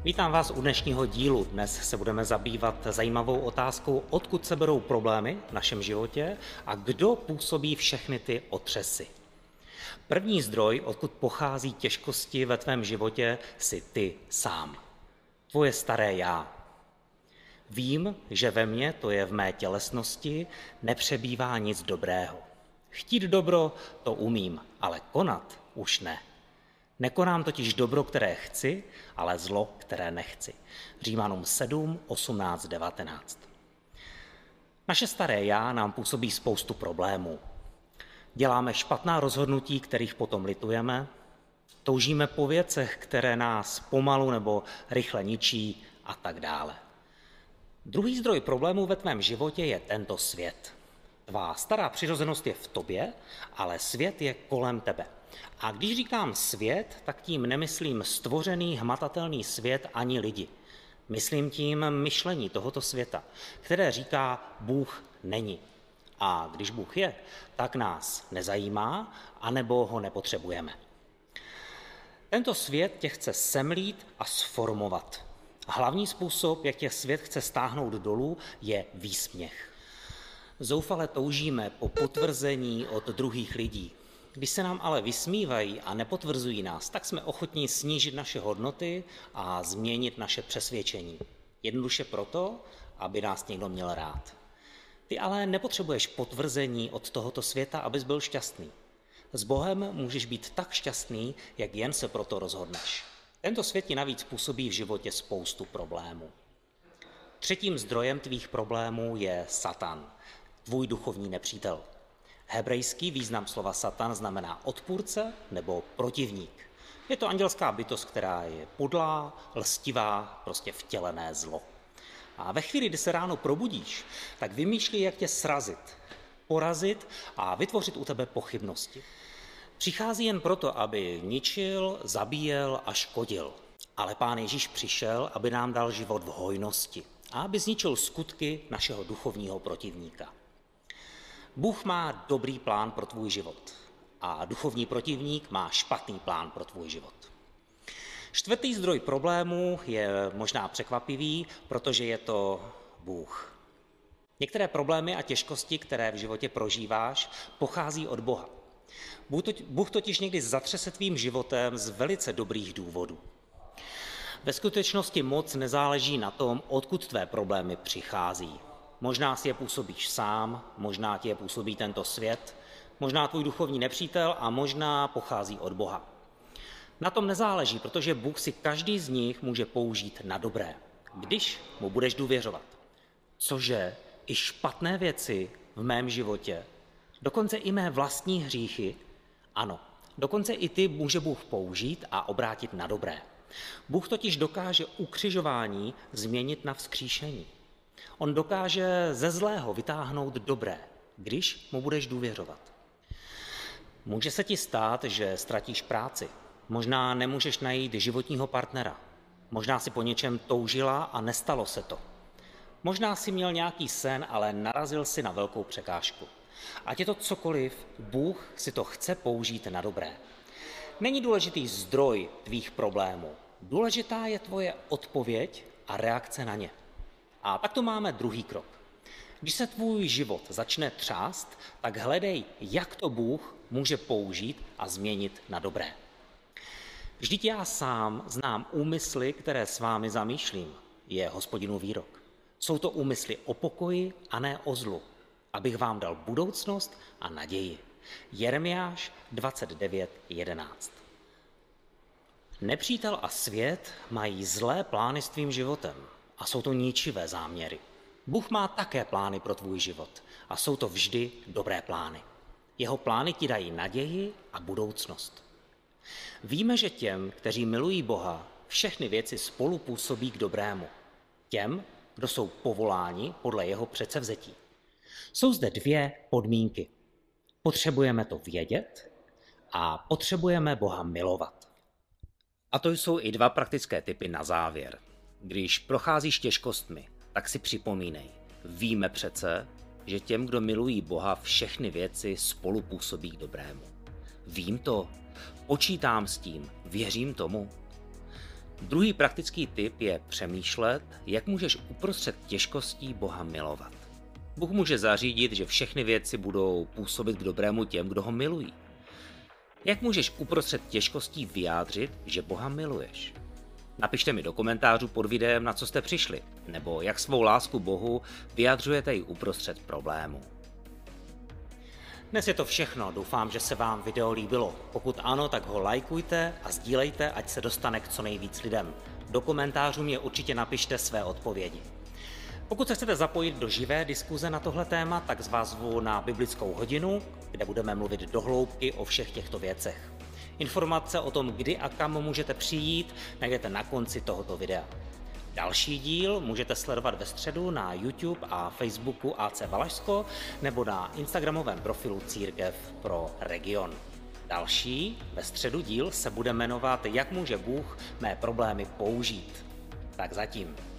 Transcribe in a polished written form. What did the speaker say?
Vítám vás u dnešního dílu. Dnes se budeme zabývat zajímavou otázkou, odkud se berou problémy v našem životě a kdo působí všechny ty otřesy. První zdroj, odkud pochází těžkosti ve tvém životě, jsi ty sám. Tvoje staré já. Vím, že ve mně, to je v mé tělesnosti, nepřebývá nic dobrého. Chtít dobro, to umím, ale konat už ne. Nekonám totiž dobro, které chci, ale zlo, které nechci. Římanům 7, 18, 19. Naše staré já nám působí spoustu problémů. Děláme špatná rozhodnutí, kterých potom litujeme, toužíme po věcech, které nás pomalu nebo rychle ničí a tak dále. Druhý zdroj problémů ve tvém životě je tento svět. Tvá stará přirozenost je v tobě, ale svět je kolem tebe. A když říkám svět, tak tím nemyslím stvořený, hmatatelný svět ani lidi. Myslím tím myšlení tohoto světa, které říká, Bůh není. A když Bůh je, tak nás nezajímá, anebo ho nepotřebujeme. Tento svět tě chce semlít a sformovat. Hlavní způsob, jak tě svět chce stáhnout dolů, je výsměch. Zoufale toužíme po potvrzení od druhých lidí. Když se nám ale vysmívají a nepotvrzují nás, tak jsme ochotní snížit naše hodnoty a změnit naše přesvědčení. Jednoduše proto, aby nás někdo měl rád. Ty ale nepotřebuješ potvrzení od tohoto světa, abys byl šťastný. S Bohem můžeš být tak šťastný, jak jen se proto rozhodneš. Tento svět ti navíc působí v životě spoustu problémů. Třetím zdrojem tvých problémů je Satan, tvůj duchovní nepřítel. Hebrejský význam slova Satan znamená odpůrce nebo protivník. Je to andělská bytost, která je podlá, lstivá, prostě vtělené zlo. A ve chvíli, kdy se ráno probudíš, tak vymýšlí, jak tě srazit, porazit a vytvořit u tebe pochybnosti. Přichází jen proto, aby ničil, zabíjel a škodil. Ale Pán Ježíš přišel, aby nám dal život v hojnosti a aby zničil skutky našeho duchovního protivníka. Bůh má dobrý plán pro tvůj život a duchovní protivník má špatný plán pro tvůj život. Čtvrtý zdroj problémů je možná překvapivý, protože je to Bůh. Některé problémy a těžkosti, které v životě prožíváš, pochází od Boha. Bůh totiž někdy zatřese tvým životem z velice dobrých důvodů. Ve skutečnosti moc nezáleží na tom, odkud tvé problémy přichází. Možná si je působíš sám, možná ti je působí tento svět, možná tvůj duchovní nepřítel a možná pochází od Boha. Na tom nezáleží, protože Bůh si každý z nich může použít na dobré, když mu budeš důvěřovat. Cože i špatné věci v mém životě, dokonce i mé vlastní hříchy, ano, dokonce i ty může Bůh použít a obrátit na dobré. Bůh totiž dokáže ukřižování změnit na vzkříšení. On dokáže ze zlého vytáhnout dobré, když mu budeš důvěřovat. Může se ti stát, že ztratíš práci. Možná nemůžeš najít životního partnera. Možná si po něčem toužila a nestalo se to. Možná si měl nějaký sen, ale narazil si na velkou překážku. Ať je to cokoliv, Bůh si to chce použít na dobré. Není důležitý zdroj tvých problémů. Důležitá je tvoje odpověď a reakce na ně. A tak to máme druhý krok. Když se tvůj život začne třást, tak hledej, jak to Bůh může použít a změnit na dobré. Vždyť já sám znám úmysly, které s vámi zamýšlím, je Hospodinův výrok. Jsou to úmysly o pokoji a ne o zlu, abych vám dal budoucnost a naději. Jeremiáš 29:11. Nepřítel a svět mají zlé plány s tvým životem a jsou to ničivé záměry. Bůh má také plány pro tvůj život a jsou to vždy dobré plány. Jeho plány ti dají naději a budoucnost. Víme, že těm, kteří milují Boha, všechny věci spolu působí k dobrému. Těm, kdo jsou povoláni podle jeho předsevzetí. Jsou zde dvě podmínky. Potřebujeme to vědět a potřebujeme Boha milovat. A to jsou i dva praktické tipy na závěr. Když procházíš těžkostmi, tak si připomínej. Víme přece, že těm, kdo milují Boha, všechny věci spolu působí k dobrému. Vím to, počítám s tím, věřím tomu. Druhý praktický tip je přemýšlet, jak můžeš uprostřed těžkostí Boha milovat. Bůh může zařídit, že všechny věci budou působit k dobrému těm, kdo ho milují. Jak můžeš uprostřed těžkostí vyjádřit, že Boha miluješ? Napište mi do komentářů pod videem, na co jste přišli, nebo jak svou lásku Bohu vyjadřujete i uprostřed problému. Dnes je to všechno, doufám, že se vám video líbilo. Pokud ano, tak ho lajkujte a sdílejte, ať se dostane k co nejvíc lidem. Do komentářů mě určitě napište své odpovědi. Pokud se chcete zapojit do živé diskuze na tohle téma, tak z vás zvu na biblickou hodinu, kde budeme mluvit do hloubky o všech těchto věcech. Informace o tom, kdy a kam můžete přijít, najdete na konci tohoto videa. Další díl můžete sledovat ve středu na YouTube a Facebooku AC Valašsko nebo na instagramovém profilu Církev pro region. Další ve středu díl se bude jmenovat Jak může Bůh mé problémy použít. Tak zatím.